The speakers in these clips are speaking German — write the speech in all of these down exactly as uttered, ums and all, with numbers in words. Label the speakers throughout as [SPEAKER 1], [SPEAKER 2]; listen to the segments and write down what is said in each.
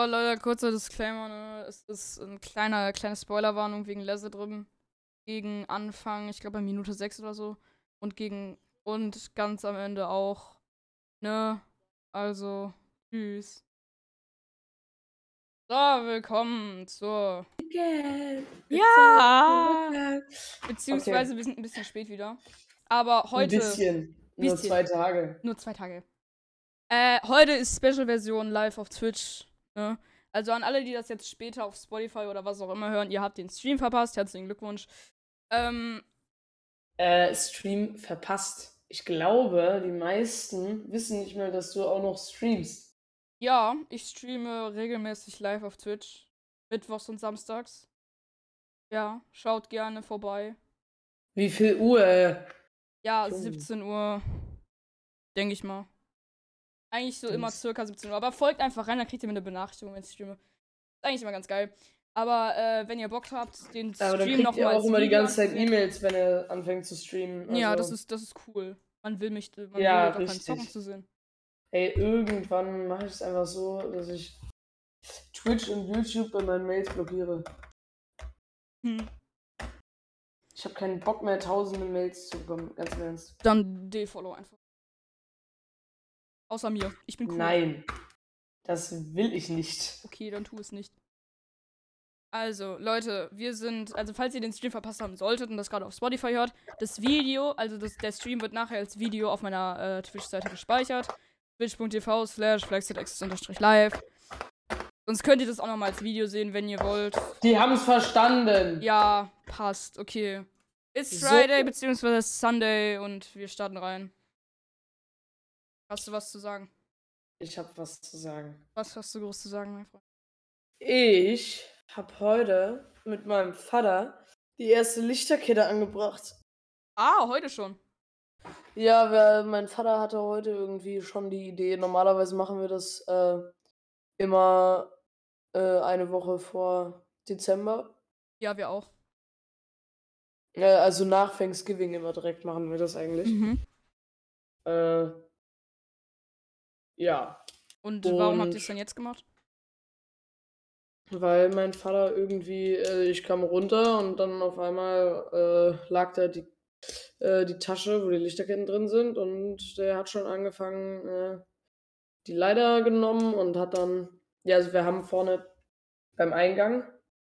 [SPEAKER 1] Leute, kurzer Disclaimer, ne? Es ist eine kleine, kleine Spoilerwarnung wegen Lese drin. Gegen Anfang, ich glaube bei Minute sechs oder so. Und gegen, und ganz am Ende auch, ne? Also, tschüss. So, willkommen zur.
[SPEAKER 2] Again.
[SPEAKER 1] Ja! Beziehungsweise
[SPEAKER 2] Okay.
[SPEAKER 1] wir sind ein bisschen spät wieder. Aber heute.
[SPEAKER 2] Ein bisschen. Nur
[SPEAKER 1] bisschen.
[SPEAKER 2] zwei Tage.
[SPEAKER 1] Nur zwei Tage. Äh, heute ist Special-Version live auf Twitch. Ne? Also an alle, die das jetzt später auf Spotify oder was auch immer hören, ihr habt den Stream verpasst. Herzlichen Glückwunsch. Ähm.
[SPEAKER 2] Äh, Stream verpasst. Ich glaube, die meisten wissen nicht mehr, dass du auch noch streamst.
[SPEAKER 1] Ja, ich streame regelmäßig live auf Twitch. Mittwochs und samstags. Ja, schaut gerne vorbei.
[SPEAKER 2] Wie viel Uhr?
[SPEAKER 1] Ja,
[SPEAKER 2] Junge.
[SPEAKER 1] siebzehn Uhr. Denke ich mal. Eigentlich so
[SPEAKER 2] Du
[SPEAKER 1] immer
[SPEAKER 2] bist-
[SPEAKER 1] circa siebzehn Uhr. Aber folgt einfach rein, dann kriegt ihr mir eine Benachrichtigung, wenn ich streame. Ist eigentlich immer ganz geil. Aber äh, wenn ihr Bock habt, den
[SPEAKER 2] Aber dann
[SPEAKER 1] Stream
[SPEAKER 2] kriegt ihr
[SPEAKER 1] nochmal
[SPEAKER 2] auch
[SPEAKER 1] als
[SPEAKER 2] immer die
[SPEAKER 1] Video
[SPEAKER 2] ganze Zeit
[SPEAKER 1] anzusehen.
[SPEAKER 2] E-Mails, wenn er anfängt zu streamen. Also,
[SPEAKER 1] Ja, das ist, das ist cool. Man will mich, man
[SPEAKER 2] Ja,
[SPEAKER 1] will doch keinen
[SPEAKER 2] richtig.
[SPEAKER 1] Zocken zu sehen.
[SPEAKER 2] Ey, irgendwann mache ich es einfach so, dass ich Twitch und YouTube bei meinen Mails blockiere.
[SPEAKER 1] Hm.
[SPEAKER 2] Ich habe keinen Bock mehr, tausende Mails zu bekommen, ganz im Ernst.
[SPEAKER 1] Dann defollow einfach. Außer mir. Ich bin cool.
[SPEAKER 2] Nein, das will ich nicht.
[SPEAKER 1] Okay, dann tu es nicht. Also, Leute, wir sind, also falls ihr den Stream verpasst haben solltet und das gerade auf Spotify hört, das Video, also das, der Stream wird nachher als Video auf meiner äh, Twitch-Seite gespeichert. twitch.tv slash flexitx-live. Sonst könnt ihr das auch nochmal als Video sehen, wenn ihr wollt.
[SPEAKER 2] Die haben es verstanden.
[SPEAKER 1] Ja, passt, okay. It's
[SPEAKER 2] So.
[SPEAKER 1] Friday, beziehungsweise Sunday und wir starten rein. Hast du was zu sagen?
[SPEAKER 2] Ich habe was zu sagen.
[SPEAKER 1] Was hast du groß zu sagen, mein Freund?
[SPEAKER 2] Ich habe heute mit meinem Vater die erste Lichterkette angebracht.
[SPEAKER 1] Ah, heute schon.
[SPEAKER 2] Ja, wir, mein Vater hatte heute irgendwie schon die Idee. Normalerweise machen wir das äh, immer äh, eine Woche vor Dezember.
[SPEAKER 1] Ja, wir auch.
[SPEAKER 2] Äh, also nach Thanksgiving immer direkt machen wir das eigentlich.
[SPEAKER 1] Mhm.
[SPEAKER 2] Äh, ja.
[SPEAKER 1] Und, warum
[SPEAKER 2] Und-
[SPEAKER 1] habt ihr es denn jetzt gemacht?
[SPEAKER 2] Weil mein Vater irgendwie, äh, ich kam runter und dann auf einmal äh, lag da die, äh, die Tasche, wo die Lichterketten drin sind, und der hat schon angefangen, äh, die Leiter genommen und hat dann, ja, also wir haben vorne beim Eingang,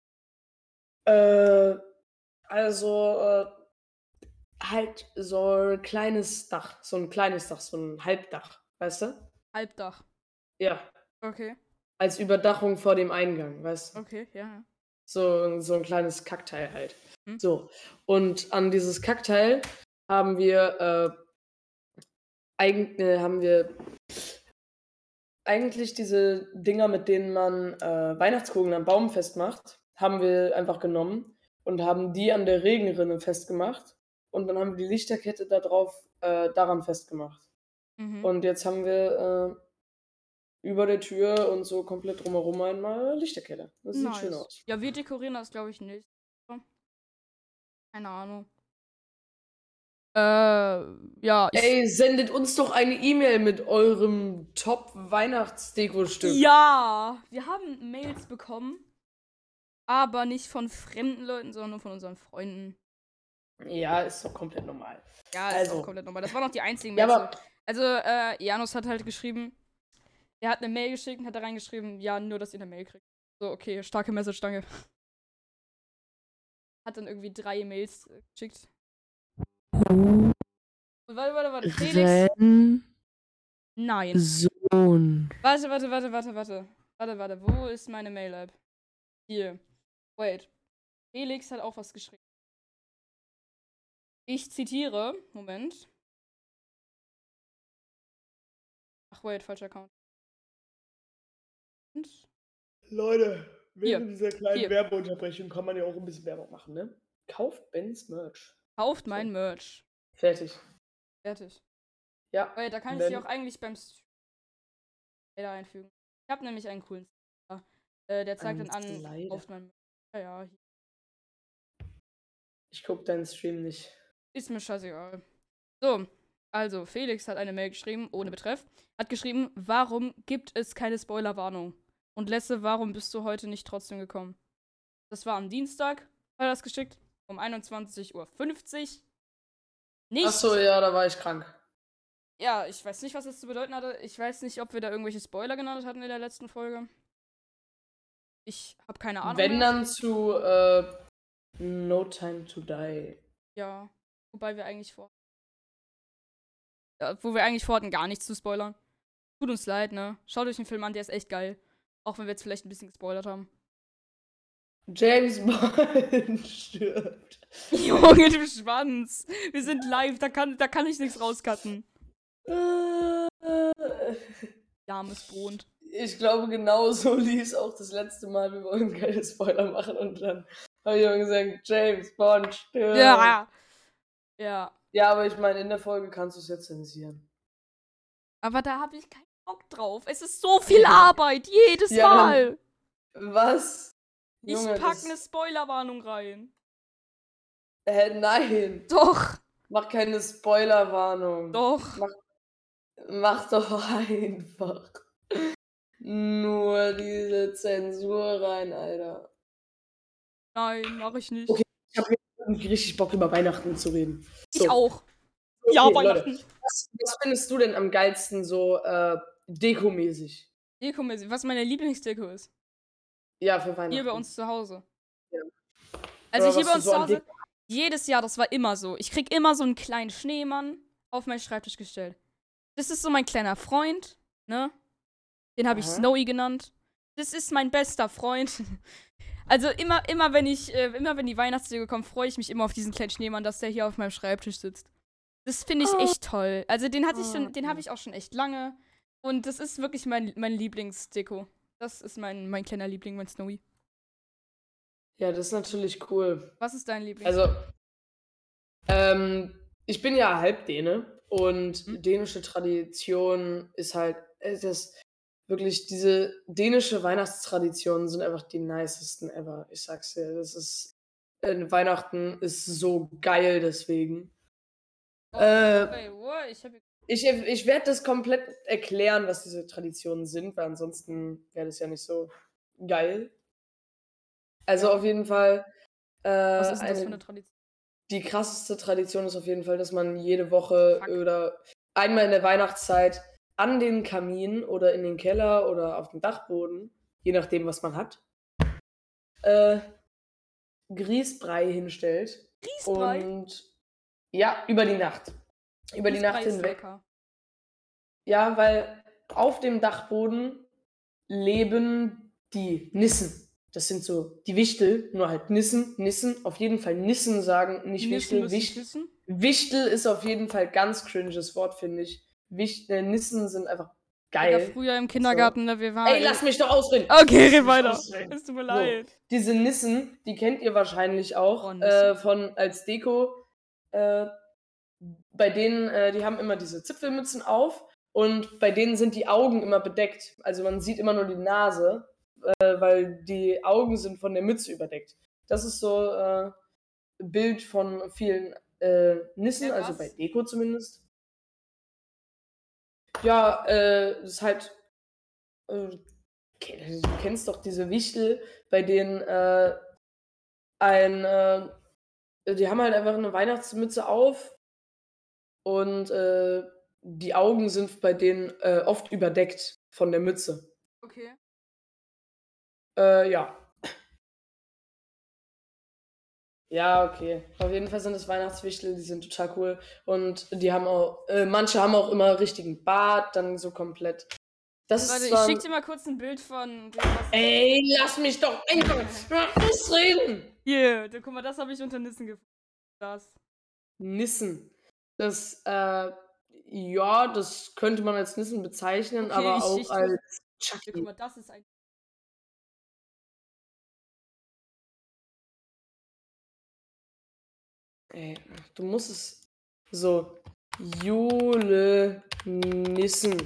[SPEAKER 2] äh, also äh, halt so ein kleines Dach, so ein kleines Dach, so ein Halbdach, weißt du?
[SPEAKER 1] Halbdach.
[SPEAKER 2] Ja,
[SPEAKER 1] Okay,
[SPEAKER 2] als Überdachung vor dem Eingang, weißt du?
[SPEAKER 1] okay, ja, ja.
[SPEAKER 2] So, so ein kleines Kackteil halt.
[SPEAKER 1] Hm.
[SPEAKER 2] So. Und an dieses Kackteil haben wir, äh, eig äh, haben wir eigentlich diese Dinger, mit denen man äh, Weihnachtskugeln am Baum festmacht, haben wir einfach genommen und haben die an der Regenrinne festgemacht. Und dann haben wir die Lichterkette da drauf, äh, daran festgemacht.
[SPEAKER 1] Mhm.
[SPEAKER 2] Und jetzt haben wir äh, über der Tür und so komplett drumherum einmal Lichterkette. Das sieht
[SPEAKER 1] Nice.
[SPEAKER 2] schön aus.
[SPEAKER 1] Ja, wir dekorieren das, glaube ich, nicht. Keine Ahnung. Äh, ja, ich.
[SPEAKER 2] Ey, sendet uns doch eine E-Mail mit eurem Top-Weihnachtsdeko-Stück.
[SPEAKER 1] Ja, wir haben Mails bekommen. Aber nicht von fremden Leuten, sondern nur von unseren Freunden.
[SPEAKER 2] Ja, ist doch komplett normal.
[SPEAKER 1] Ja, ist
[SPEAKER 2] Also.
[SPEAKER 1] auch komplett normal. Das waren noch die einzigen
[SPEAKER 2] Ja,
[SPEAKER 1] Mails.
[SPEAKER 2] aber
[SPEAKER 1] Also, äh, Janus hat halt geschrieben, er hat eine Mail geschickt und hat da reingeschrieben, ja, nur, dass ihr eine Mail kriegt. So, okay, starke Message, danke. Hat dann irgendwie drei Mails äh, geschickt. Und warte, warte, warte. Felix?
[SPEAKER 3] Wenn
[SPEAKER 1] Nein.
[SPEAKER 3] Sohn.
[SPEAKER 1] Warte, warte, warte, warte, warte. Warte, warte. Wo ist meine Mail-App? Hier. Wait. Felix hat auch was geschrieben. Ich zitiere. Moment. Ach, wait, falscher Account. Und?
[SPEAKER 2] Leute,
[SPEAKER 1] Hier.
[SPEAKER 2] während dieser kleinen
[SPEAKER 1] Hier.
[SPEAKER 2] Werbeunterbrechung kann man ja auch ein bisschen Werbung machen, ne? Kauft Bens Merch.
[SPEAKER 1] Kauft mein Merch.
[SPEAKER 2] Fertig.
[SPEAKER 1] Fertig.
[SPEAKER 2] Ja.
[SPEAKER 1] Wait, da kann ich
[SPEAKER 2] Ben.
[SPEAKER 1] sie auch eigentlich beim Slider einfügen. Ich habe nämlich einen coolen Slider. Äh, der zeigt
[SPEAKER 2] Einen
[SPEAKER 1] dann an,
[SPEAKER 2] Slider?
[SPEAKER 1] kauft mein Merch. Ja, ja. hier.
[SPEAKER 2] Ich guck deinen Stream nicht.
[SPEAKER 1] Ist mir scheißegal. So, also, Felix hat eine Mail geschrieben, ohne Betreff. Hat geschrieben, warum gibt es keine Spoilerwarnung? Und Lesse, warum bist du heute nicht trotzdem gekommen? Das war am Dienstag, hat er das geschickt, um einundzwanzig Uhr fünfzig. Nicht.
[SPEAKER 2] Achso, ja, da war ich krank.
[SPEAKER 1] Ja, ich weiß nicht, was das zu bedeuten hatte. Ich weiß nicht, ob wir da irgendwelche Spoiler genannt hatten in der letzten Folge. Ich habe keine Ahnung
[SPEAKER 2] Wenn
[SPEAKER 1] mehr.
[SPEAKER 2] dann zu äh, No Time to Die.
[SPEAKER 1] Ja, wobei wir eigentlich vor... Ja, wo wir eigentlich vorhatten, gar nichts zu spoilern. Tut uns leid, ne? Schaut euch den Film an, der ist echt geil. Auch wenn wir jetzt vielleicht ein bisschen gespoilert haben.
[SPEAKER 2] James Bond stirbt.
[SPEAKER 1] Junge, du Schwanz. Wir sind live, da kann, da kann ich nichts rauscutten. Armes Brot.
[SPEAKER 2] Ich glaube, genau so lief es auch das letzte Mal. Wir wollen keine Spoiler machen und dann habe ich immer gesagt, James Bond stirbt.
[SPEAKER 1] Ja. Ja.
[SPEAKER 2] Ja, aber ich meine, in der Folge kannst du es jetzt zensieren.
[SPEAKER 1] Aber da habe ich keinen Bock drauf. Es ist so viel Arbeit, jedes
[SPEAKER 2] Ja,
[SPEAKER 1] Mal.
[SPEAKER 2] Was?
[SPEAKER 1] Junge, ich pack das... eine Spoilerwarnung rein.
[SPEAKER 2] Hä, äh, nein.
[SPEAKER 1] Doch.
[SPEAKER 2] Mach keine Spoilerwarnung.
[SPEAKER 1] Doch.
[SPEAKER 2] Mach, mach doch einfach nur diese Zensur rein, Alter.
[SPEAKER 1] Nein, mach ich nicht.
[SPEAKER 2] Okay, ich habe irgendwie richtig Bock, über Weihnachten zu reden.
[SPEAKER 1] So. Ich auch.
[SPEAKER 2] Okay,
[SPEAKER 1] ja, Weihnachten.
[SPEAKER 2] Leute, was, was findest du denn am geilsten so äh, dekomäßig?
[SPEAKER 1] Dekomäßig, was meine Lieblingsdeko ist?
[SPEAKER 2] Ja, für Weihnachten.
[SPEAKER 1] Hier bei uns zu Hause.
[SPEAKER 2] Ja.
[SPEAKER 1] Also hier bei uns so zu Hause, jedes Jahr, das war immer so. Ich krieg immer so einen kleinen Schneemann auf meinen Schreibtisch gestellt. Das ist so mein kleiner Freund, ne? Den habe ich Snowy genannt. Das ist mein bester Freund. Also immer, immer wenn ich, äh, immer wenn die Weihnachtstage kommen, freue ich mich immer auf diesen kleinen Schneemann, dass der hier auf meinem Schreibtisch sitzt. Das finde ich echt toll. Also den hatte ich schon, den habe ich auch schon echt lange. Und das ist wirklich mein, mein Lieblingsdeko. Das ist mein, mein kleiner Liebling, mein Snowy.
[SPEAKER 2] Ja, das ist natürlich cool.
[SPEAKER 1] Was ist dein Liebling?
[SPEAKER 2] Also, ähm, ich bin ja Halbdäne und hm? dänische Tradition ist halt, das wirklich, diese dänische Weihnachtstraditionen sind einfach die nicesten ever. Ich sag's dir, das ist, äh, Weihnachten ist so geil deswegen.
[SPEAKER 1] Oh, äh, wait, what? Ich,
[SPEAKER 2] ich, ich werde das komplett erklären, was diese Traditionen sind, weil ansonsten wäre das ja nicht so geil. Also auf jeden Fall. Äh,
[SPEAKER 1] Was ist denn das
[SPEAKER 2] eine,
[SPEAKER 1] für eine Tradition?
[SPEAKER 2] Die krasseste Tradition ist auf jeden Fall, dass man jede Woche Fuck. oder einmal in der Weihnachtszeit an den Kamin oder in den Keller oder auf dem Dachboden, je nachdem, was man hat, äh, Grießbrei hinstellt.
[SPEAKER 1] Grießbrei?
[SPEAKER 2] Und ja, über die Nacht. Über die Nacht hinweg.
[SPEAKER 1] Lecker.
[SPEAKER 2] Ja, weil auf dem Dachboden leben die Nissen. Das sind so die Wichtel, nur halt Nissen, Nissen, auf jeden Fall Nissen sagen, nicht Wichtel. Wichtel. Wichtel ist auf jeden Fall ganz cringes Wort, finde ich. Wichtel, Nissen sind einfach geil.
[SPEAKER 1] Ja, früher im Kindergarten, so. Wir waren.
[SPEAKER 2] Ey, lass mich doch ausreden!
[SPEAKER 1] Okay, red weiter. Es tut mir leid.
[SPEAKER 2] So, diese Nissen, die kennt ihr wahrscheinlich auch oh, äh, von als Deko. Äh, bei denen, äh, die haben immer diese Zipfelmützen auf und bei denen sind die Augen immer bedeckt. Also man sieht immer nur die Nase. Äh, weil die Augen sind von der Mütze überdeckt. Das ist so ein äh, Bild von vielen äh, Nissen, ja, also bei Deko zumindest. Ja, äh, das ist halt, äh, du kennst doch diese Wichtel, bei denen äh, ein, äh, die haben halt einfach eine Weihnachtsmütze auf und äh, die Augen sind bei denen äh, oft überdeckt von der Mütze.
[SPEAKER 1] Okay.
[SPEAKER 2] Äh, ja. Ja, okay. Auf jeden Fall sind es Weihnachtswichtel, die sind total cool. Und die haben auch, äh, manche haben auch immer richtigen Bart, dann so komplett. Das
[SPEAKER 1] Warte,
[SPEAKER 2] ist zwar...
[SPEAKER 1] ich schick dir mal kurz ein Bild von...
[SPEAKER 2] Ey, lass mich doch einfach ausreden!
[SPEAKER 1] Hier, yeah, guck mal, das habe ich unter Nissen gefunden. Das.
[SPEAKER 2] Nissen. Das, äh, ja, das könnte man als Nissen bezeichnen,
[SPEAKER 1] okay,
[SPEAKER 2] aber
[SPEAKER 1] ich,
[SPEAKER 2] auch
[SPEAKER 1] ich,
[SPEAKER 2] als
[SPEAKER 1] Chucky. Guck mal, das ist ein...
[SPEAKER 2] Ey, du musst es so. Jule Nissen.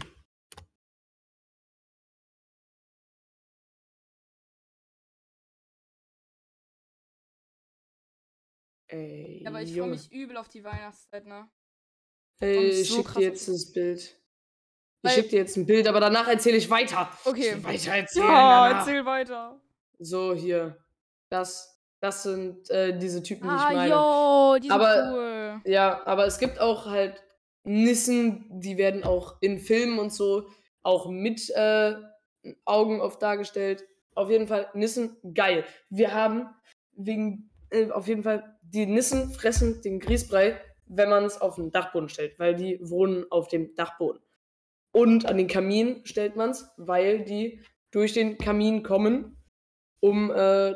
[SPEAKER 2] Ey,
[SPEAKER 1] ja, aber ich freue mich übel auf die Weihnachtszeit, ne?
[SPEAKER 2] Ey, ich so schick dir jetzt das Bild. Ich
[SPEAKER 1] Weil
[SPEAKER 2] schicke dir jetzt ein Bild, aber danach erzähle ich weiter. Ich
[SPEAKER 1] okay.
[SPEAKER 2] will weiter erzählen
[SPEAKER 1] Ja,
[SPEAKER 2] danach.
[SPEAKER 1] erzähl weiter.
[SPEAKER 2] So, hier. Das das sind, äh, diese Typen, die ich
[SPEAKER 1] Ah,
[SPEAKER 2] meine.
[SPEAKER 1] jo, die sind
[SPEAKER 2] Aber
[SPEAKER 1] cool.
[SPEAKER 2] ja, aber es gibt auch halt Nissen, die werden auch in Filmen und so auch mit, äh, Augen oft dargestellt. Auf jeden Fall Nissen, geil. Wir haben wegen äh, auf jeden Fall die Nissen fressen den Grießbrei, wenn man's auf 'n Dachboden stellt, weil die wohnen auf dem Dachboden. Und an den Kamin stellt man's, weil die durch den Kamin kommen, um, äh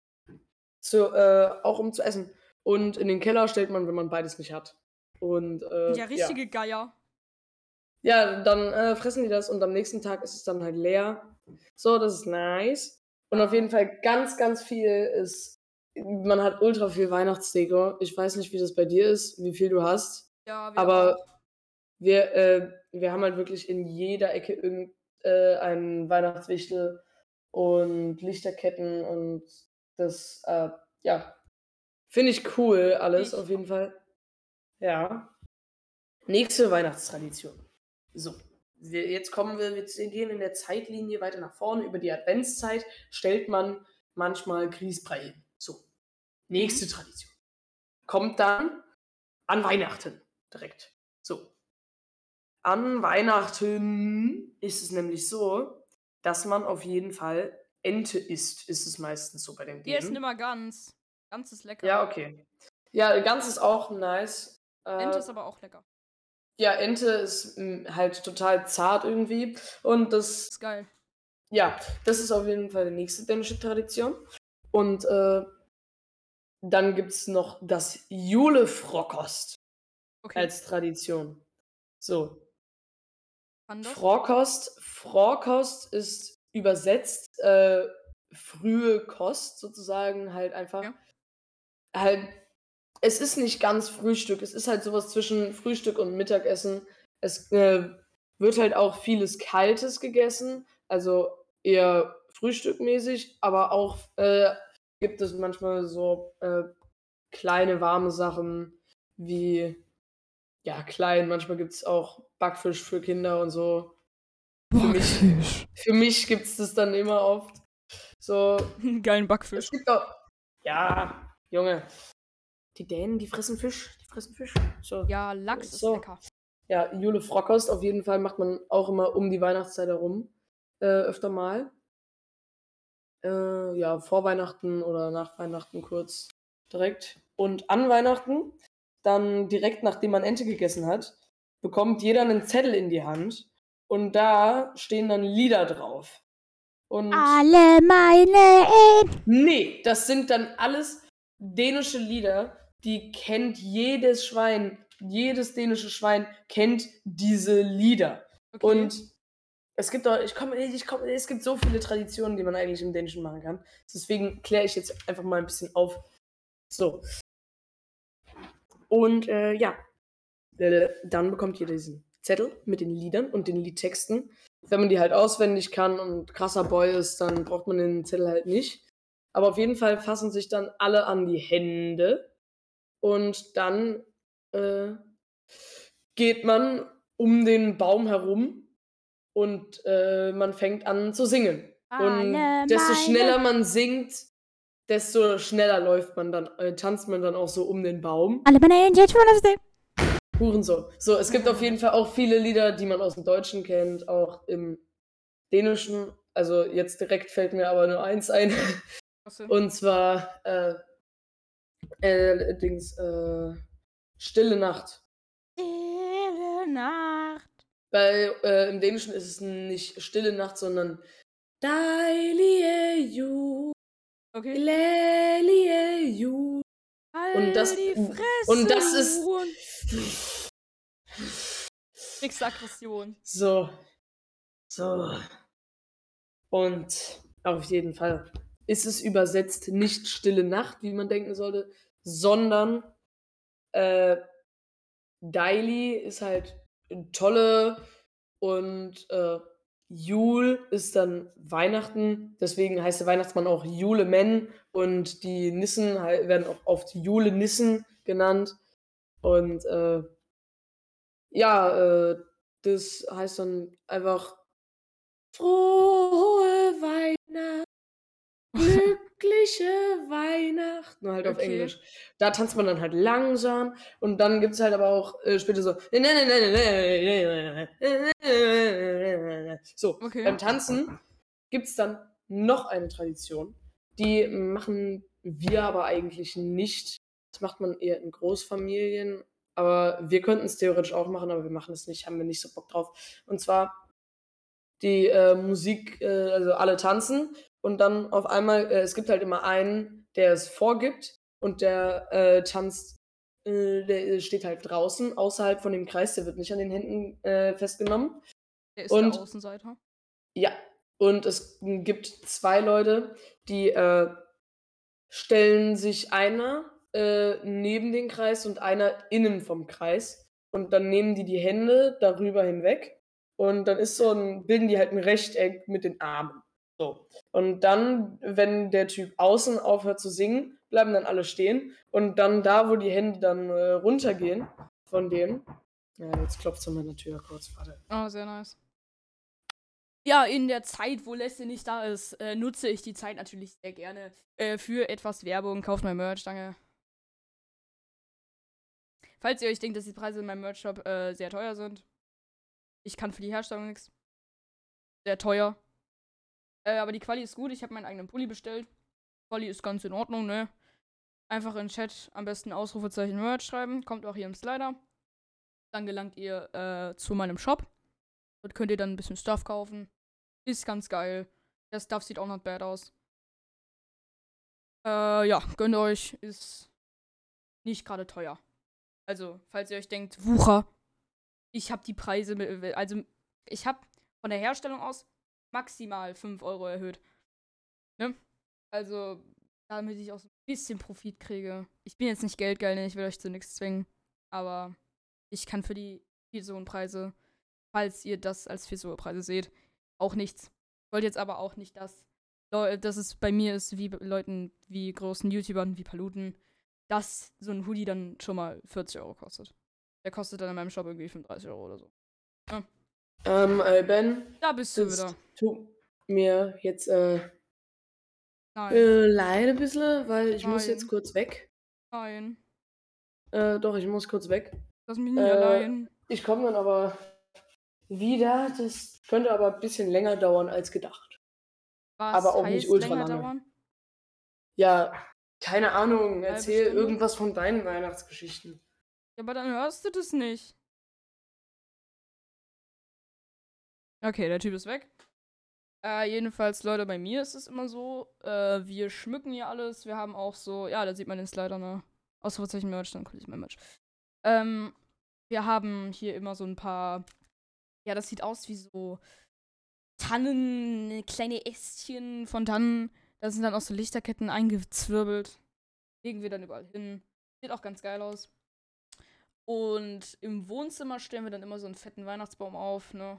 [SPEAKER 2] zu äh, auch um zu essen. Und in den Keller stellt man, wenn man beides nicht hat. Und, äh,
[SPEAKER 1] Ja,
[SPEAKER 2] ja.
[SPEAKER 1] richtige Geier.
[SPEAKER 2] Ja, dann, äh, fressen die das und am nächsten Tag ist es dann halt leer. So, das ist nice. Und auf jeden Fall ganz, ganz viel ist man hat ultra viel Weihnachtsdeko. Ich weiß nicht, wie das bei dir ist, wie viel du hast,
[SPEAKER 1] Ja, wir
[SPEAKER 2] aber
[SPEAKER 1] auch.
[SPEAKER 2] wir, äh wir haben halt wirklich in jeder Ecke irgend äh, einen Weihnachtswichtel und Lichterketten und das, äh, ja, finde ich cool alles
[SPEAKER 1] Ich
[SPEAKER 2] auf jeden Fall. Ja. Nächste Weihnachtstradition. So, wir jetzt kommen wir wir gehen in der Zeitlinie weiter nach vorne. Über die Adventszeit stellt man manchmal Grießbrei hin. So, nächste
[SPEAKER 1] Mhm.
[SPEAKER 2] Tradition. Kommt dann an Weihnachten direkt. So. An Weihnachten ist es nämlich so, dass man auf jeden Fall Ente isst, ist es meistens so bei den
[SPEAKER 1] Wir essen
[SPEAKER 2] Dänen.
[SPEAKER 1] immer Gans. Gans ist lecker.
[SPEAKER 2] Ja, okay. Ja, Gans ist auch nice.
[SPEAKER 1] Ente
[SPEAKER 2] Äh,
[SPEAKER 1] ist aber auch lecker.
[SPEAKER 2] ja, Ente ist, hm, halt total zart irgendwie und das
[SPEAKER 1] Ist geil.
[SPEAKER 2] ja, das ist auf jeden Fall die nächste dänische Tradition. Und, äh, dann gibt's noch das Julefrokost
[SPEAKER 1] Okay.
[SPEAKER 2] als Tradition. So,
[SPEAKER 1] Kann das?
[SPEAKER 2] Frohkost Frohkost ist übersetzt, äh, frühe Kost sozusagen, halt einfach
[SPEAKER 1] Ja.
[SPEAKER 2] halt es ist nicht ganz Frühstück, es ist halt so was zwischen Frühstück und Mittagessen. Es, äh, wird halt auch vieles Kaltes gegessen, also eher frühstückmäßig, aber auch, äh, gibt es manchmal so, äh, kleine warme Sachen wie ja, klein, manchmal gibt's auch Backfisch für Kinder und so. Für mich
[SPEAKER 1] Backfisch.
[SPEAKER 2] für mich gibt's das dann immer oft. So,
[SPEAKER 1] Geilen
[SPEAKER 2] es
[SPEAKER 1] Backfisch.
[SPEAKER 2] gibt auch ja, Junge, die Dänen, die fressen Fisch, die fressen Fisch. So,
[SPEAKER 1] Ja, Lachs ist
[SPEAKER 2] so.
[SPEAKER 1] lecker.
[SPEAKER 2] Ja, Julefrokost auf jeden Fall macht man auch immer um die Weihnachtszeit herum, äh, öfter mal. Äh, ja, vor Weihnachten oder nach Weihnachten kurz direkt. Und an Weihnachten, dann direkt nachdem man Ente gegessen hat, bekommt jeder 'nen Zettel in die Hand und da stehen dann Lieder drauf. Und
[SPEAKER 1] Alle meine Enten.
[SPEAKER 2] ne, das sind dann alles dänische Lieder, die kennt jedes Schwein jedes dänische Schwein kennt diese Lieder.
[SPEAKER 1] Okay.
[SPEAKER 2] Und es gibt auch ich komme ich komme es gibt so viele Traditionen, die man eigentlich im Dänischen machen kann. Deswegen kläre ich jetzt einfach mal 'n bisschen auf. So. Und, äh, ja, äh, dann bekommt jeder diesen Zettel mit den Liedern und den Liedtexten. Wenn man die halt auswendig kann und krasser Boy ist, dann braucht man den Zettel halt nicht. Aber auf jeden Fall fassen sich dann alle an die Hände und dann, äh, geht man um den Baum herum und, äh, man fängt an zu singen. Und
[SPEAKER 1] Alle
[SPEAKER 2] desto schneller
[SPEAKER 1] meine
[SPEAKER 2] man singt, desto schneller läuft man dann äh, tanzt man dann auch so um den Baum.
[SPEAKER 1] Alle meine Enten jetzt schon.
[SPEAKER 2] Hurensohn. So, es gibt auf jeden Fall auch viele Lieder, die man aus'm Deutschen kennt, auch im Dänischen. Also, jetzt direkt fällt mir aber nur eins ein.
[SPEAKER 1] Was denn?
[SPEAKER 2] Und zwar, äh äh, Dings, äh, Stille Nacht.
[SPEAKER 1] Stille Nacht.
[SPEAKER 2] Bei äh, im Dänischen ist es nicht Stille Nacht, sondern Dejlige Jul,
[SPEAKER 1] Okay.
[SPEAKER 2] glædlige Jul. Und das
[SPEAKER 1] Halt die Fresse,
[SPEAKER 2] und das
[SPEAKER 1] du
[SPEAKER 2] ist
[SPEAKER 1] Huren. Kriegst Aggression.
[SPEAKER 2] So. So. Und auf jeden Fall ist es übersetzt nicht Stille Nacht, wie man denken sollte, sondern, äh, Dejlig ist halt tolle und, äh, Jul ist dann Weihnachten. Deswegen heißt der Weihnachtsmann auch Juleman und die Nissen hei werden auch oft Julenissen genannt. Und, äh ja, äh, das heißt dann einfach Frohe Weihnacht, glückliche Weihnachten, nur halt auf
[SPEAKER 1] Okay.
[SPEAKER 2] Englisch. Da tanzt man dann halt langsam und dann gibt's halt aber auch, äh, später so so,
[SPEAKER 1] Okay.
[SPEAKER 2] beim Tanzen gibt's dann noch eine Tradition, die machen wir aber eigentlich nicht. Das macht man eher in Großfamilien, aber wir könnten's theoretisch auch machen, aber wir machen es nicht, haben wir nicht so Bock drauf. Und zwar die, äh, Musik äh, also alle tanzen und dann auf einmal äh, es gibt halt immer einen, der es vorgibt und der, äh, tanzt äh, der, äh, steht halt draußen außerhalb von dem Kreis, der wird nicht an den Händen, äh, festgenommen.
[SPEAKER 1] Der ist der
[SPEAKER 2] Und
[SPEAKER 1] Außenseiter.
[SPEAKER 2] ja, und es gibt zwei Leute, die, äh, stellen sich einer, äh, neben den Kreis und einer innen vom Kreis und dann nehmen die die Hände darüber hinweg und dann ist so 'n bilden die halt 'n Rechteck mit den Armen. So. Und dann, wenn der Typ außen aufhört zu singen, bleiben dann alle stehen und dann da, wo die Hände dann, äh, runtergehen von denen ja, jetzt klopft's an meiner Tür kurz, warte.
[SPEAKER 1] Oh, sehr nice. Ja, in der Zeit, wo Leslie nicht da ist, äh, nutze ich die Zeit natürlich sehr gerne äh, für etwas Werbung. Kauft mein Merch, danke. Falls ihr euch denkt, dass die Preise in meinem Merch-Shop äh, sehr teuer sind, ich kann für die Herstellung nichts. Sehr teuer. Äh, aber die Quali ist gut. Ich habe meinen eigenen Pulli bestellt. Quali ist ganz in Ordnung, ne? Einfach in den Chat am besten Ausrufezeichen Merch schreiben. Kommt auch hier im Slider. Dann gelangt ihr äh, zu meinem Shop. Dort könnt ihr dann ein bisschen Stuff kaufen. Ist ganz geil. Der Stuff sieht auch not bad aus. Äh, ja, gönnt euch. Ist nicht gerade teuer. Also, falls ihr euch denkt, Wucher. Ich habe die Preise, mit, also ich habe von der Herstellung aus maximal fünf Euro erhöht. Ne? Also, damit ich auch so ein bisschen Profit kriege. Ich bin jetzt nicht geldgeil, ne? Ich will euch zu nichts zwingen. Aber ich kann für die Vier-Sohn-Preise, falls ihr das als Vier-Sohn-Preise seht, auch nichts. Ich wollte jetzt aber auch nicht, dass, dass es bei mir ist, wie bei Leuten, wie großen YouTubern, wie Paluten, dass so ein Hoodie dann schon mal vierzig Euro kostet. Der kostet dann in meinem Shop irgendwie fünfunddreißig Euro oder so. Ja.
[SPEAKER 2] Ähm, äh, Ben,
[SPEAKER 1] Da bist du
[SPEAKER 2] das
[SPEAKER 1] wieder.
[SPEAKER 2] tut mir jetzt, äh
[SPEAKER 1] Nein.
[SPEAKER 2] äh, leid ein bisschen, weil ich muss jetzt
[SPEAKER 1] Nein.
[SPEAKER 2] kurz weg.
[SPEAKER 1] Nein.
[SPEAKER 2] Äh, doch, ich muss kurz weg.
[SPEAKER 1] Lass mich nie
[SPEAKER 2] Äh,
[SPEAKER 1] allein.
[SPEAKER 2] ich komme dann aber wieder. Das könnte aber ein bisschen länger dauern als gedacht. Aber
[SPEAKER 1] Was
[SPEAKER 2] auch nicht
[SPEAKER 1] heißt
[SPEAKER 2] ultra
[SPEAKER 1] länger
[SPEAKER 2] lange.
[SPEAKER 1] dauern?
[SPEAKER 2] Ja, keine Ahnung.
[SPEAKER 1] Halbe
[SPEAKER 2] Erzähl
[SPEAKER 1] Stunde?
[SPEAKER 2] irgendwas von deinen Weihnachtsgeschichten.
[SPEAKER 1] Ja, aber dann hörst du das nicht. Okay, der Typ ist weg. Äh, jedenfalls, Leute, bei mir ist es immer so, äh, wir schmücken hier alles. Wir haben auch so, ja, da sieht man den Slider, ne? Ausrufezeichen Merch, dann gucke ich mein Merch. Ähm, wir haben hier immer so ein paar, ja, das sieht aus wie so Tannen, kleine Ästchen von Tannen. Da sind dann auch so Lichterketten eingezwirbelt. Legen wir dann überall hin. Sieht auch ganz geil aus. Und im Wohnzimmer stellen wir dann immer so einen fetten Weihnachtsbaum auf, ne?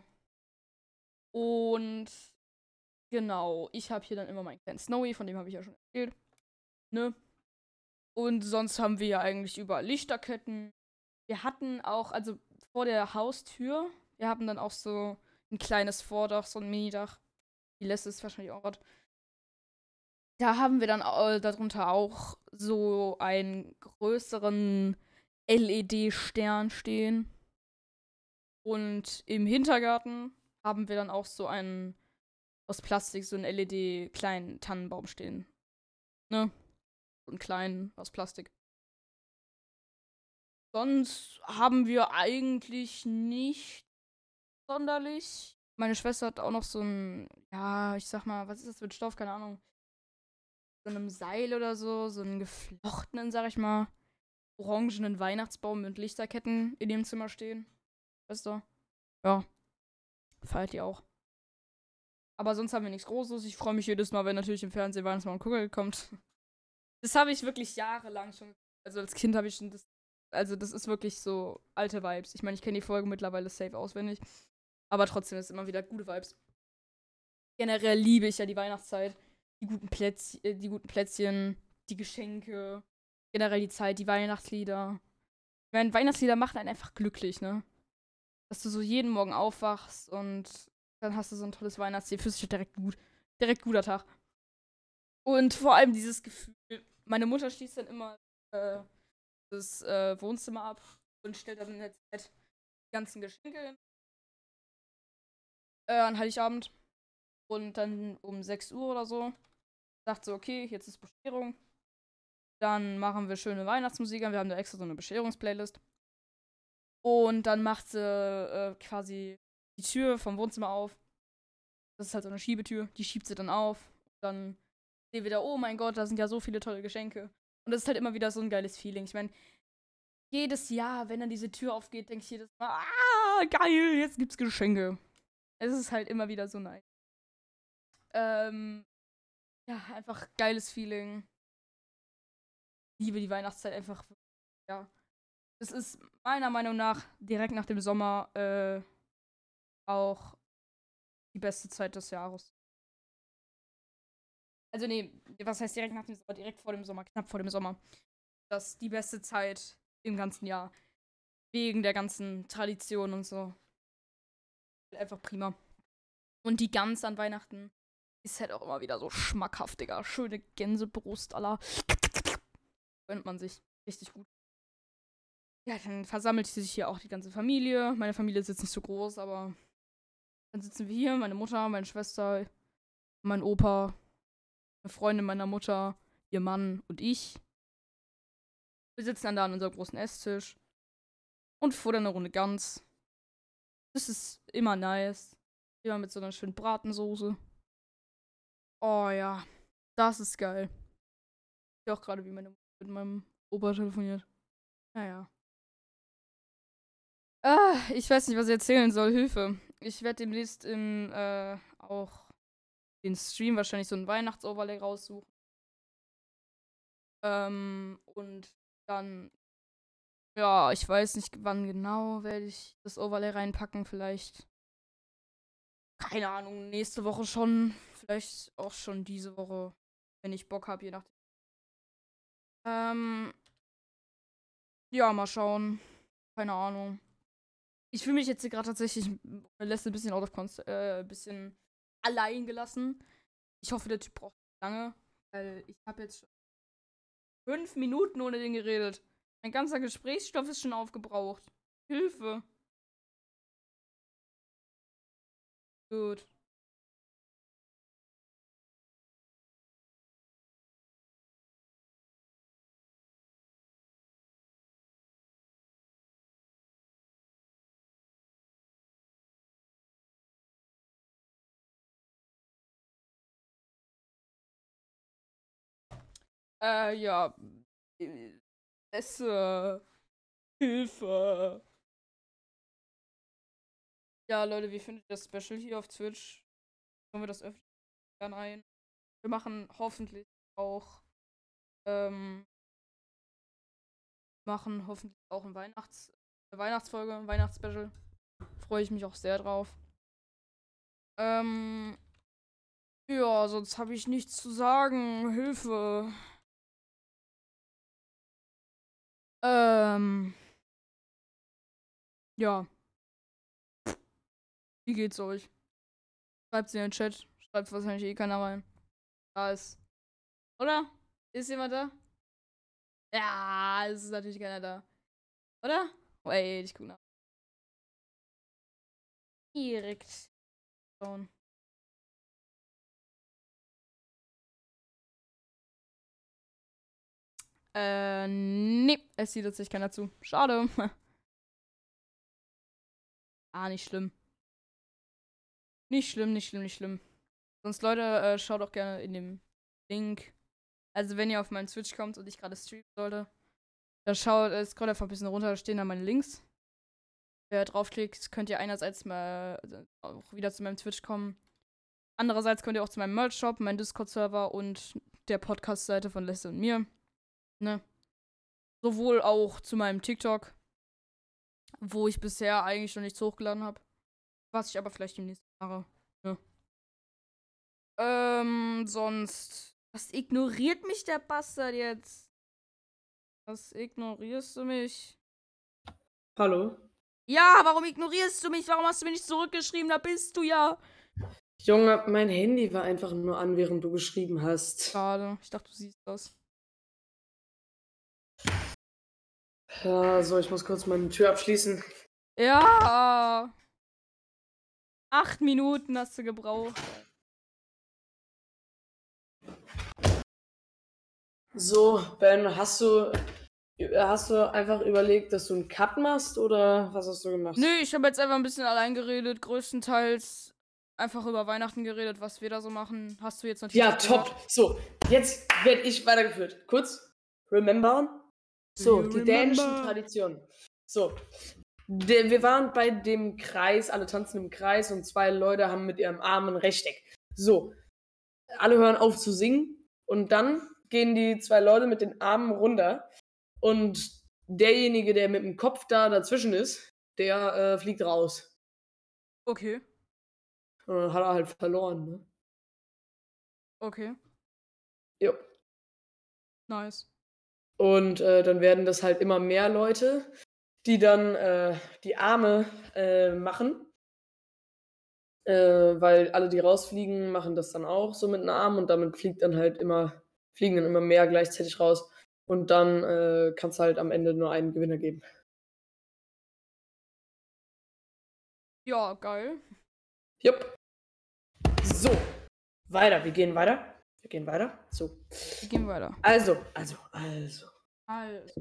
[SPEAKER 1] Und genau, ich habe hier dann immer meinen kleinen Snowy, von dem habe ich ja schon erzählt, ne? Und sonst haben wir ja eigentlich überall Lichterketten. Wir hatten auch, also vor der Haustür, wir haben dann auch so ein kleines Vordach, so ein Minidach. Die lässt es wahrscheinlich auch was. Da haben wir dann äh, darunter auch so einen größeren L E D-Stern stehen. Und im Hintergarten haben wir dann auch so einen aus Plastik, so einen L E D-kleinen Tannenbaum stehen. Ne? So einen kleinen aus Plastik. Sonst haben wir eigentlich nicht sonderlich. Meine Schwester hat auch noch so ein, ja, ich sag mal, was ist das für ein Stoff? Keine Ahnung. So einem Seil oder so, so einen geflochtenen, sag ich mal, orangenen Weihnachtsbaum mit Lichterketten in dem Zimmer stehen. Weißt du? Ja. Feiert die auch. Aber sonst haben wir nichts Großes. Ich freue mich jedes Mal, wenn natürlich im Fernsehen Weihnachtsmann und Kugel kommt. Das habe ich wirklich jahrelang schon. Also als Kind habe ich schon das. Also das ist wirklich so alte Vibes. Ich meine, ich kenne die Folge mittlerweile safe auswendig. Aber trotzdem ist es immer wieder gute Vibes. Generell liebe ich ja die Weihnachtszeit. Die guten, Plätz, äh, die guten Plätzchen, die Geschenke. Generell die Zeit, die Weihnachtslieder. Ich meine, Weihnachtslieder machen einen einfach glücklich, ne? dass du so jeden Morgen aufwachst und dann hast du so ein tolles Weihnachtsziel. Fühlst dich direkt gut. Direkt guter Tag. Und vor allem dieses Gefühl, meine Mutter schließt dann immer äh, das äh, Wohnzimmer ab und stellt dann in der Zeit die ganzen Geschenke hin. Äh, an Heiligabend. Und dann um sechs Uhr oder so sagt sie, okay, jetzt ist Bescherung. Dann machen wir schöne Weihnachtsmusik an. Wir haben da extra so eine Bescherungsplaylist. Und dann macht sie äh, quasi die Tür vom Wohnzimmer auf. Das ist halt so eine Schiebetür. Die schiebt sie dann auf. Dann sehen wir da, oh mein Gott, da sind ja so viele tolle Geschenke. Und das ist halt immer wieder so ein geiles Feeling. Ich meine, jedes Jahr, wenn dann diese Tür aufgeht, denke ich jedes Mal, ah, geil, jetzt gibt's Geschenke. Es ist halt immer wieder so nice. Ähm, ja, einfach geiles Feeling. Liebe die Weihnachtszeit einfach. Ja. Es ist meiner Meinung nach direkt nach dem Sommer äh, auch die beste Zeit des Jahres. Also nee, was heißt direkt nach dem Sommer? Direkt vor dem Sommer, knapp vor dem Sommer. Das ist die beste Zeit im ganzen Jahr. Wegen der ganzen Tradition und so. Einfach prima. Und die Gans an Weihnachten ist halt auch immer wieder so schmackhaft, Digga. Schöne Gänsebrust aller. Gönnt man sich. Richtig gut. Ja, dann versammelt sich hier auch die ganze Familie. Meine Familie ist jetzt nicht so groß, aber dann sitzen wir hier, meine Mutter, meine Schwester, mein Opa, eine Freundin meiner Mutter, ihr Mann und ich. Wir sitzen dann da an unserem großen Esstisch und futtern eine Runde Gans. Das ist immer nice. Immer mit so einer schönen Bratensoße. Oh ja, das ist geil. Ich sehe auch gerade, wie meine Mutter mit meinem Opa telefoniert. Naja. Ah, ich weiß nicht, was ich erzählen soll. Hilfe. Ich werde demnächst im, äh, auch den Stream wahrscheinlich so ein Weihnachtsoverlay raussuchen. Ähm, und dann, ja, ich weiß nicht, wann genau werde ich das Overlay reinpacken. Vielleicht, keine Ahnung, nächste Woche schon. Vielleicht auch schon diese Woche, wenn ich Bock habe, je nachdem. Ähm, ja, mal schauen. Keine Ahnung. Ich fühle mich jetzt hier gerade tatsächlich lässt ein bisschen out of const äh, ein bisschen allein gelassen. Ich hoffe, der Typ braucht nicht lange, weil ich habe jetzt schon fünf Minuten ohne den geredet. Mein ganzer Gesprächsstoff ist schon aufgebraucht. Hilfe. Gut. Äh, ja. Äh, Esse. Hilfe. Ja, Leute, wie findet ihr das Special hier auf Twitch? Wollen wir das öffnen? Dann ein. Wir machen hoffentlich auch, ähm, machen hoffentlich auch ein Weihnachts eine Weihnachtsfolge, ein Weihnachtsspecial. Freue ich mich auch sehr drauf. Ähm, ja, sonst habe ich nichts zu sagen. Hilfe. Ähm, ja. Wie geht's euch? Schreibt's in den Chat. Schreibt wahrscheinlich eh keiner rein. Da ist. Oder? Ist jemand da? Ja, es ist natürlich keiner da. Oder? Wait, ich guck nach. Direkt schauen. Äh, nee, es sieht sich keiner zu. Schade. Ah, nicht schlimm. Nicht schlimm, nicht schlimm, nicht schlimm. Sonst, Leute, äh, schaut auch gerne in dem Link. Also, wenn ihr auf meinen Twitch kommt und ich gerade streamen sollte, dann schaut, äh, scrollt einfach ein bisschen runter, da stehen da meine Links. Wer draufklickt, könnt ihr einerseits mal äh, auch wieder zu meinem Twitch kommen. Andererseits könnt ihr auch zu meinem Merch-Shop, meinem Discord-Server und der Podcast-Seite von Lesse und mir. Ne? Sowohl auch zu meinem TikTok, wo ich bisher eigentlich noch nichts hochgeladen habe. Was ich aber vielleicht demnächst mache. Ja. Ähm, sonst. Was ignoriert mich der Bastard jetzt? Was ignorierst du mich?
[SPEAKER 2] Hallo?
[SPEAKER 1] Ja, warum ignorierst du mich? Warum hast du mir nicht zurückgeschrieben? Da bist du ja.
[SPEAKER 2] Junge, mein Handy war einfach nur an, während du geschrieben hast.
[SPEAKER 1] Schade. Ich dachte, du siehst das.
[SPEAKER 2] Ja, so, ich muss kurz meine Tür abschließen.
[SPEAKER 1] Ja. Acht Minuten hast du gebraucht.
[SPEAKER 2] So, Ben, hast du, hast du einfach überlegt, dass du einen Cut machst oder was hast du gemacht?
[SPEAKER 1] Nö, ich habe jetzt einfach ein bisschen allein geredet. Größtenteils einfach über Weihnachten geredet, was wir da so machen. Hast du jetzt natürlich
[SPEAKER 2] Ja,
[SPEAKER 1] nicht
[SPEAKER 2] top.
[SPEAKER 1] gehört.
[SPEAKER 2] So, jetzt werde ich weitergeführt. Kurz, remember? So,
[SPEAKER 1] You
[SPEAKER 2] die dänischen
[SPEAKER 1] remember?
[SPEAKER 2] Traditionen. So, de, wir waren bei dem Kreis, alle tanzen im Kreis und zwei Leute haben mit ihrem Arm ein Rechteck. So, alle hören auf zu singen und dann gehen die zwei Leute mit den Armen runter und derjenige, der mit dem Kopf da dazwischen ist, der äh, fliegt raus.
[SPEAKER 1] Okay,
[SPEAKER 2] Und dann hat er halt verloren, ne?
[SPEAKER 1] okay,
[SPEAKER 2] Jo.
[SPEAKER 1] nice.
[SPEAKER 2] Und äh, dann werden das halt immer mehr Leute, die dann äh, die Arme äh, machen. Äh, weil alle, die rausfliegen, machen das dann auch so mit einem Arm und damit fliegt dann halt immer, fliegen dann immer mehr gleichzeitig raus. Und dann äh, kann es halt am Ende nur einen Gewinner geben.
[SPEAKER 1] Ja, geil.
[SPEAKER 2] Jupp. So, weiter. Wir gehen weiter. Wir gehen weiter. So.
[SPEAKER 1] Wir gehen weiter.
[SPEAKER 2] Also, also, also.
[SPEAKER 1] Also.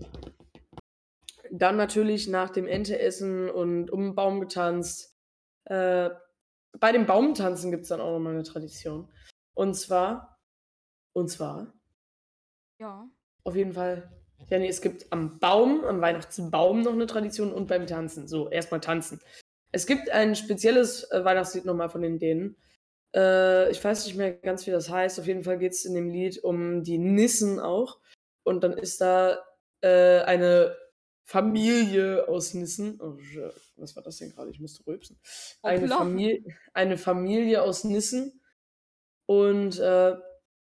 [SPEAKER 2] Dann natürlich nach dem Enteessen und um den Baum getanzt. Äh, bei dem Baumtanzen gibt es dann auch nochmal eine Tradition. Und zwar, und zwar,
[SPEAKER 1] Ja.
[SPEAKER 2] auf jeden Fall, ja, nee, es gibt am Baum, am Weihnachtsbaum noch eine Tradition und beim Tanzen. So, erstmal tanzen. Es gibt ein spezielles äh, Weihnachtslied nochmal von den Dänen. Äh, ich weiß nicht mehr ganz, wie das heißt. Auf jeden Fall geht es in dem Lied um die Nissen auch. Und dann ist da äh, eine Familie aus Nissen. Oh, was war das denn gerade? Ich musste rülpsen. Eine
[SPEAKER 1] Hoppla.
[SPEAKER 2] Familie, eine Familie aus Nissen. Und äh,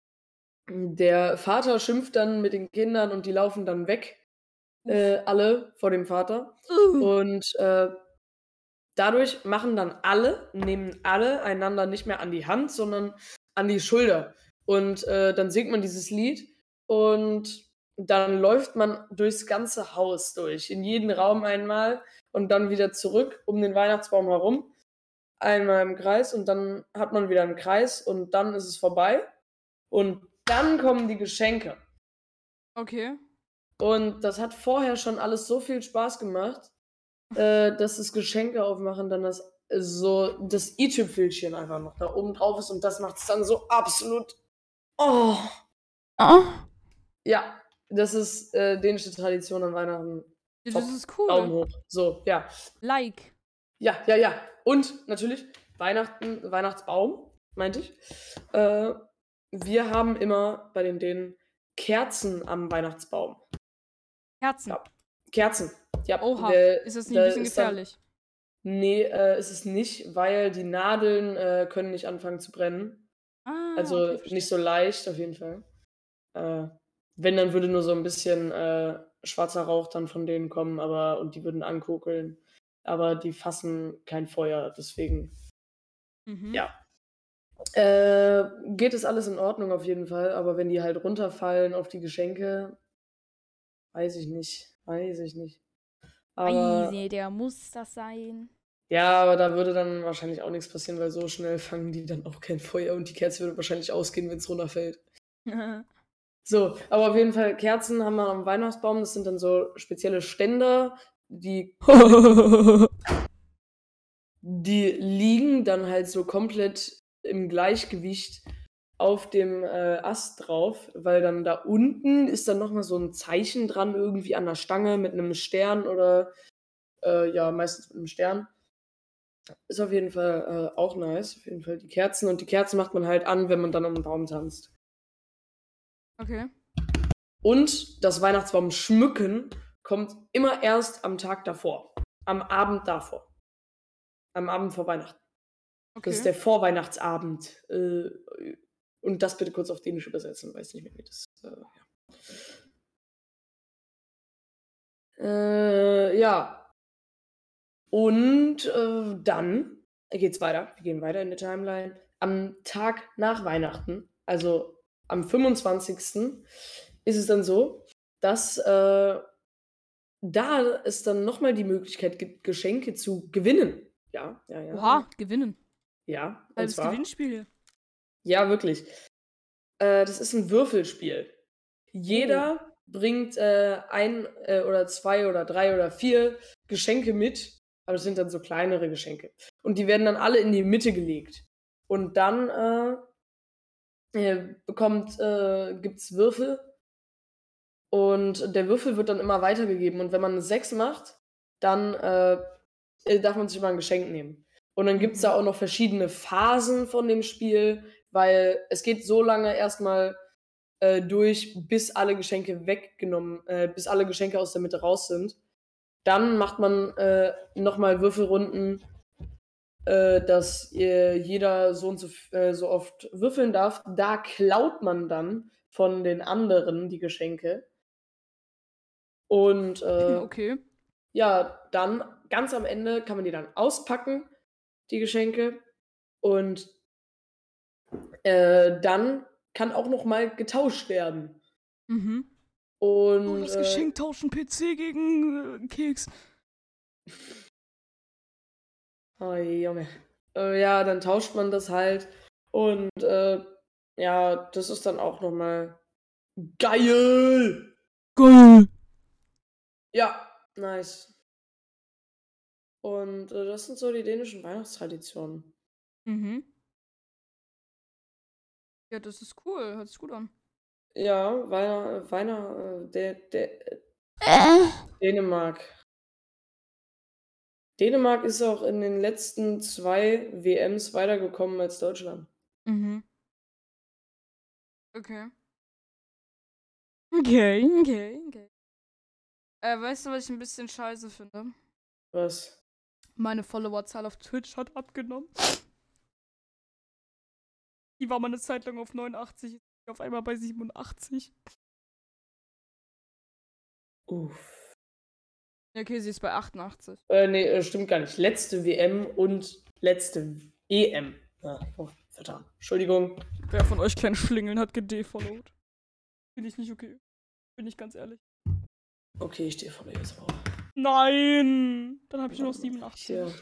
[SPEAKER 2] der Vater schimpft dann mit den Kindern und die laufen dann weg. Äh, alle vor dem Vater.
[SPEAKER 1] Uh.
[SPEAKER 2] Und äh, dadurch machen dann alle, nehmen alle einander nicht mehr an die Hand, sondern an die Schulter. Und äh, dann singt man dieses Lied und dann läuft man durchs ganze Haus durch, in jeden Raum einmal und dann wieder zurück um den Weihnachtsbaum herum, einmal im Kreis und dann hat man wieder einen Kreis und dann ist es vorbei und dann kommen die Geschenke.
[SPEAKER 1] Okay.
[SPEAKER 2] Und das hat vorher schon alles so viel Spaß gemacht, äh, dass das Geschenke aufmachen dann das so das i-Tüpfelchen einfach noch da oben drauf ist und das macht es dann so absolut. Oh.
[SPEAKER 1] Oh.
[SPEAKER 2] Ja, das ist äh, dänische Tradition an Weihnachten.
[SPEAKER 1] Ja,
[SPEAKER 2] Top.
[SPEAKER 1] das ist cool.
[SPEAKER 2] Daumen hoch. So, ja.
[SPEAKER 1] Like.
[SPEAKER 2] Ja, ja, ja. Und natürlich Weihnachten, Weihnachtsbaum, meinte ich. Äh, wir haben immer bei den Dänen Kerzen am Weihnachtsbaum.
[SPEAKER 1] Herzen.
[SPEAKER 2] Ja. Kerzen. Ja,
[SPEAKER 1] Oha.
[SPEAKER 2] der,
[SPEAKER 1] Ist das nicht
[SPEAKER 2] da
[SPEAKER 1] ein bisschen
[SPEAKER 2] ist dann,
[SPEAKER 1] gefährlich?
[SPEAKER 2] nee, äh, ist es nicht, weil die Nadeln äh, können nicht anfangen zu brennen.
[SPEAKER 1] Ah,
[SPEAKER 2] Also
[SPEAKER 1] okay,
[SPEAKER 2] nicht
[SPEAKER 1] verstehe.
[SPEAKER 2] so leicht auf jeden Fall. Äh, wenn, dann würde nur so ein bisschen äh, schwarzer Rauch dann von denen kommen, aber und die würden ankokeln. Aber die fassen kein Feuer, deswegen,
[SPEAKER 1] Mhm.
[SPEAKER 2] ja. Äh, geht es alles in Ordnung auf jeden Fall, aber wenn die halt runterfallen auf die Geschenke, weiß ich nicht. Weiß ich nicht. Aber
[SPEAKER 1] Easy, der muss das sein.
[SPEAKER 2] ja, aber da würde dann wahrscheinlich auch nichts passieren, weil so schnell fangen die dann auch kein Feuer und die Kerze würde wahrscheinlich ausgehen, wenn es runterfällt. So, aber auf jeden Fall Kerzen haben wir am Weihnachtsbaum. Das sind dann so spezielle Ständer, die, die liegen dann halt so komplett im Gleichgewicht auf dem äh, Ast drauf, weil dann da unten ist dann nochmal so ein Zeichen dran, irgendwie an der Stange mit einem Stern oder äh, ja, meistens mit einem Stern. Ist auf jeden Fall äh, auch nice. Auf jeden Fall die Kerzen. Und die Kerzen macht man halt an, wenn man dann um den Baum tanzt.
[SPEAKER 1] Okay.
[SPEAKER 2] Und das Weihnachtsbaum schmücken kommt immer erst am Tag davor. Am Abend davor. Am Abend vor Weihnachten. Das ist
[SPEAKER 1] Okay.
[SPEAKER 2] der Vorweihnachtsabend. Äh, und das bitte kurz auf Dänisch übersetzen. Weiß nicht mehr, wie das. Äh, ja. Äh, ja. Und äh, dann geht's weiter. Wir gehen weiter in der Timeline. Am Tag nach Weihnachten, also am fünfundzwanzigsten ist es dann so, dass äh, da es dann nochmal die Möglichkeit gibt, Geschenke zu gewinnen. Ja, ja, ja.
[SPEAKER 1] Oha, gewinnen.
[SPEAKER 2] Ja, und
[SPEAKER 1] Halbes
[SPEAKER 2] zwar.
[SPEAKER 1] Gewinnspiel hier.
[SPEAKER 2] Ja, wirklich. Äh, das ist ein Würfelspiel. Jeder bringt äh, ein äh, oder zwei oder drei oder vier Geschenke mit, aber es sind dann so kleinere Geschenke. Und die werden dann alle in die Mitte gelegt. Und dann äh, äh, bekommt, äh, gibt's Würfel und der Würfel wird dann immer weitergegeben. Und wenn man eine sechs macht, dann äh, äh, darf man sich immer ein Geschenk nehmen. Und dann gibt's
[SPEAKER 1] Mhm.
[SPEAKER 2] da auch noch verschiedene Phasen von dem Spiel, weil es geht so lange erstmal äh, durch, bis alle Geschenke weggenommen, äh, bis alle Geschenke aus der Mitte raus sind. Dann macht man äh, nochmal Würfelrunden, äh, dass äh, jeder so und so, f- äh, so oft würfeln darf. Da klaut man dann von den anderen die Geschenke. Und äh,
[SPEAKER 1] Okay.
[SPEAKER 2] ja, dann ganz am Ende kann man die dann auspacken, die Geschenke. Und äh, dann kann auch noch mal getauscht werden.
[SPEAKER 1] Mhm. Oh,
[SPEAKER 2] Und
[SPEAKER 1] das
[SPEAKER 2] äh,
[SPEAKER 1] Geschenk tauschen P C gegen äh, Keks.
[SPEAKER 2] oh Junge. Äh, ja, dann tauscht man das halt. Und äh, ja, das ist dann auch noch mal geil.
[SPEAKER 1] Geil.
[SPEAKER 2] Ja, nice. Und äh, das sind so die dänischen Weihnachtstraditionen.
[SPEAKER 1] Mhm. Ja, das ist cool. Hört sich gut an.
[SPEAKER 2] Ja, Weihnacht, Weihnacht, äh, der, der,
[SPEAKER 1] Äh.
[SPEAKER 2] Dänemark. Dänemark ist auch in den letzten zwei W Ms weitergekommen als Deutschland.
[SPEAKER 1] Mhm. Okay. Okay, okay, okay. Äh, weißt du, was ich ein bisschen scheiße finde?
[SPEAKER 2] Was?
[SPEAKER 1] Meine Followerzahl auf Twitch hat abgenommen. Die war mal eine Zeit lang auf neunundachtzig, ist auf einmal bei siebenundachtzig.
[SPEAKER 2] Uff.
[SPEAKER 1] Ja, okay, sie ist bei achtundachtzig.
[SPEAKER 2] Äh, nee, äh, stimmt gar nicht. Letzte W M und letzte E M. Ah, oh, verdammt. Entschuldigung.
[SPEAKER 1] Wer von euch kleinen Schlingeln hat gedefollowed? Finde ich nicht okay. Bin ich ganz ehrlich.
[SPEAKER 2] Okay, ich stehe vor mir jetzt auch.
[SPEAKER 1] Nein! Dann habe ich nur noch siebenundachtzig.
[SPEAKER 2] Hier.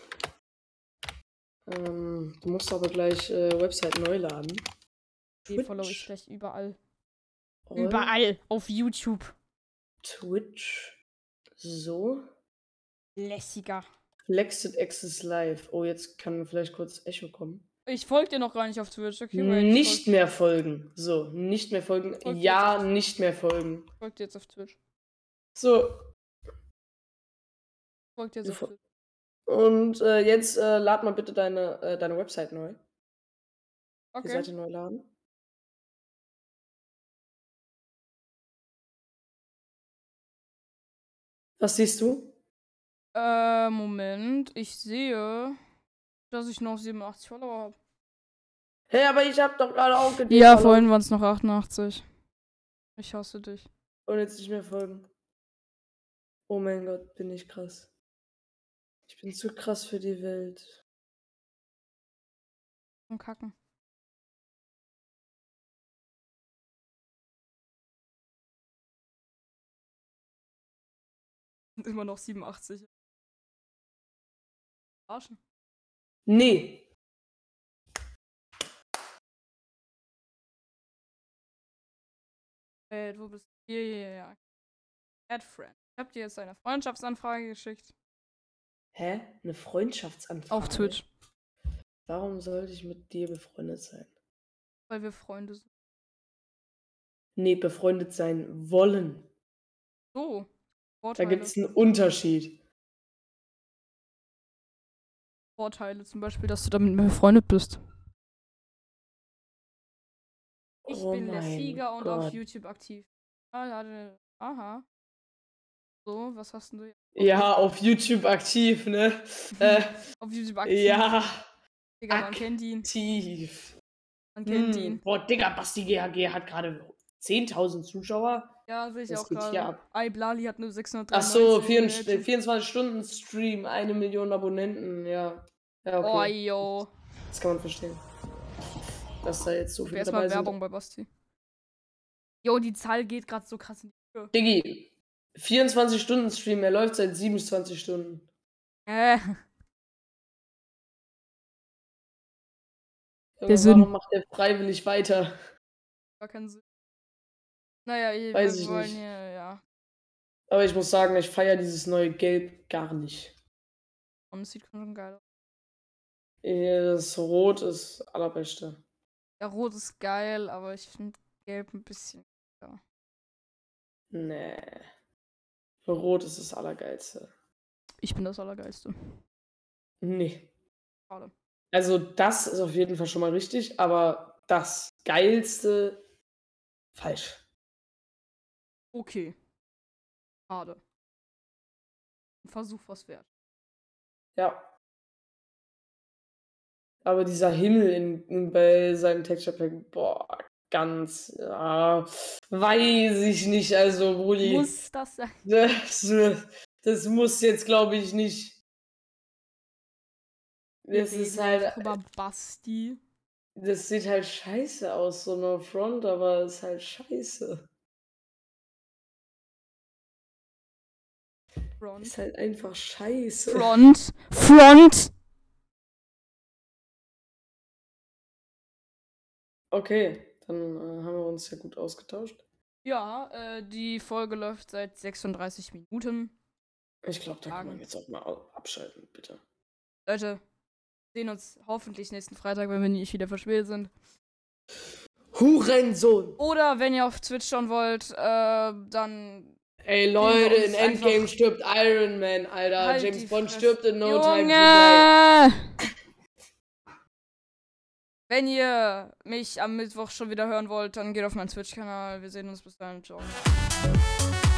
[SPEAKER 2] Ähm, du musst aber gleich äh, Website neu laden.
[SPEAKER 1] Defollow ich gleich überall.
[SPEAKER 2] All
[SPEAKER 1] Überall. Auf YouTube.
[SPEAKER 2] Twitch. So.
[SPEAKER 1] Lässiger.
[SPEAKER 2] Flexed Access Live. Oh, jetzt kann vielleicht kurz Echo kommen.
[SPEAKER 1] Ich folge dir noch gar nicht auf Twitch, okay? Weil ich
[SPEAKER 2] Nicht
[SPEAKER 1] folg-
[SPEAKER 2] mehr folgen. So, nicht mehr folgen.
[SPEAKER 1] Folgt jetzt
[SPEAKER 2] Ja,
[SPEAKER 1] auf-
[SPEAKER 2] nicht mehr folgen.
[SPEAKER 1] folg dir jetzt auf Twitch.
[SPEAKER 2] So,
[SPEAKER 1] Folgt dir jetzt
[SPEAKER 2] Du
[SPEAKER 1] auf
[SPEAKER 2] fol-
[SPEAKER 1] Twitch.
[SPEAKER 2] und äh, jetzt äh, lad mal bitte deine, äh, deine Website neu. Die
[SPEAKER 1] Okay.
[SPEAKER 2] Seite neu laden. Was siehst du?
[SPEAKER 1] Äh, Moment. Ich sehe, dass ich noch siebenundachtzig Follower habe.
[SPEAKER 2] Hey, aber ich hab doch gerade auch gedehnt.
[SPEAKER 1] Ja, vorhin waren es noch achtundachtzig. Ich hasse dich.
[SPEAKER 2] Und jetzt nicht mehr folgen. Oh mein Gott, bin ich krass. Ich bin zu krass für die Welt.
[SPEAKER 1] Und kacken. Und immer noch siebenundachtzig. Arschen.
[SPEAKER 2] Nee.
[SPEAKER 1] Äh, wo bist du? Ja, ja, ja. Add Friend. Ich hab dir jetzt eine Freundschaftsanfrage geschickt.
[SPEAKER 2] Hä? Eine Freundschaftsanfrage?
[SPEAKER 1] Auf Twitch.
[SPEAKER 2] Warum sollte ich mit dir befreundet sein?
[SPEAKER 1] Weil wir Freunde sind.
[SPEAKER 2] Nee, befreundet sein wollen.
[SPEAKER 1] So.
[SPEAKER 2] Da
[SPEAKER 1] Vorteile.
[SPEAKER 2] gibt's einen Unterschied.
[SPEAKER 1] Vorteile. Zum Beispiel, dass du damit befreundet bist. Ich
[SPEAKER 2] Oh
[SPEAKER 1] bin
[SPEAKER 2] mein
[SPEAKER 1] Lessiger und
[SPEAKER 2] Gott.
[SPEAKER 1] auf YouTube aktiv. Ah, lade. Aha. So, was hast denn du jetzt?
[SPEAKER 2] Ja, auf YouTube aktiv, ne? äh,
[SPEAKER 1] Auf YouTube aktiv.
[SPEAKER 2] ja.
[SPEAKER 1] Digga, man kennt ihn.
[SPEAKER 2] Aktiv.
[SPEAKER 1] Man kennt
[SPEAKER 2] Hm.
[SPEAKER 1] ihn.
[SPEAKER 2] Boah, Digga, Basti G H G hat gerade zehntausend Zuschauer.
[SPEAKER 1] Ja, sehe ich
[SPEAKER 2] Das
[SPEAKER 1] auch
[SPEAKER 2] geht hier
[SPEAKER 1] gerade.
[SPEAKER 2] ab.
[SPEAKER 1] iBlali hat nur
[SPEAKER 2] Ach
[SPEAKER 1] sechshundertdreiundneunzig
[SPEAKER 2] so,
[SPEAKER 1] Rating.
[SPEAKER 2] vierundzwanzig Stunden Stream, eine Million Abonnenten, ja. Ja,
[SPEAKER 1] Oh,
[SPEAKER 2] okay.
[SPEAKER 1] yo.
[SPEAKER 2] Das kann man verstehen. Dass da jetzt so
[SPEAKER 1] Okay,
[SPEAKER 2] viele
[SPEAKER 1] erstmal
[SPEAKER 2] dabei
[SPEAKER 1] Werbung
[SPEAKER 2] sind.
[SPEAKER 1] bei Basti. Jo, die Zahl geht gerade so krass in die Höhe.
[SPEAKER 2] Diggi, vierundzwanzig Stunden Stream, er läuft seit siebenundzwanzig Stunden.
[SPEAKER 1] Äh.
[SPEAKER 2] Junge,
[SPEAKER 1] Sinn.
[SPEAKER 2] warum macht er freiwillig weiter?
[SPEAKER 1] Gar keinen Sinn. Naja, wir
[SPEAKER 2] Weiß ich
[SPEAKER 1] wollen
[SPEAKER 2] nicht.
[SPEAKER 1] hier, ja.
[SPEAKER 2] Aber ich muss sagen, ich feiere dieses neue Gelb gar nicht.
[SPEAKER 1] Und es sieht schon geil aus.
[SPEAKER 2] Das Rot ist allerbeste.
[SPEAKER 1] Ja, rot ist geil, aber ich finde gelb ein bisschen. Ja.
[SPEAKER 2] Nee. Rot ist das Allergeilste.
[SPEAKER 1] Ich bin das Allergeilste.
[SPEAKER 2] Nee.
[SPEAKER 1] Schade.
[SPEAKER 2] Also, das ist auf jeden Fall schon mal richtig, aber das Geilste falsch.
[SPEAKER 1] Okay. Schade. Ein Versuch was wert.
[SPEAKER 2] Ja. Aber dieser Himmel in, in, bei seinem Texture Pack, boah, ganz, ja, weiß ich nicht, also, Brudi.
[SPEAKER 1] Muss das sein?
[SPEAKER 2] Das, das muss jetzt, glaube ich, nicht.
[SPEAKER 1] Wir
[SPEAKER 2] Das ist
[SPEAKER 1] reden
[SPEAKER 2] halt.
[SPEAKER 1] einfach über Basti.
[SPEAKER 2] Das sieht halt scheiße aus, so no front, aber ist halt scheiße.
[SPEAKER 1] Front.
[SPEAKER 2] Ist halt einfach scheiße.
[SPEAKER 1] Front. Front.
[SPEAKER 2] Okay, dann äh, haben wir uns ja gut ausgetauscht.
[SPEAKER 1] Ja, äh, die Folge läuft seit sechsunddreißig Minuten.
[SPEAKER 2] Ich glaube, da kann
[SPEAKER 1] Fragen.
[SPEAKER 2] man jetzt auch mal au- abschalten, bitte.
[SPEAKER 1] Leute, wir sehen uns hoffentlich nächsten Freitag, wenn wir nicht wieder verspätet sind.
[SPEAKER 2] Hurensohn!
[SPEAKER 1] Oder wenn ihr auf Twitch schauen wollt, äh, dann.
[SPEAKER 2] Ey, Leute,
[SPEAKER 1] uns
[SPEAKER 2] in Endgame
[SPEAKER 1] einfach-
[SPEAKER 2] stirbt Iron Man, Alter.
[SPEAKER 1] Halt
[SPEAKER 2] James
[SPEAKER 1] die
[SPEAKER 2] Bond
[SPEAKER 1] Fresse.
[SPEAKER 2] stirbt in no time to die.
[SPEAKER 1] Junge! Wenn ihr mich am Mittwoch schon wieder hören wollt, dann geht auf meinen Twitch-Kanal. Wir sehen uns bis dann. Ciao.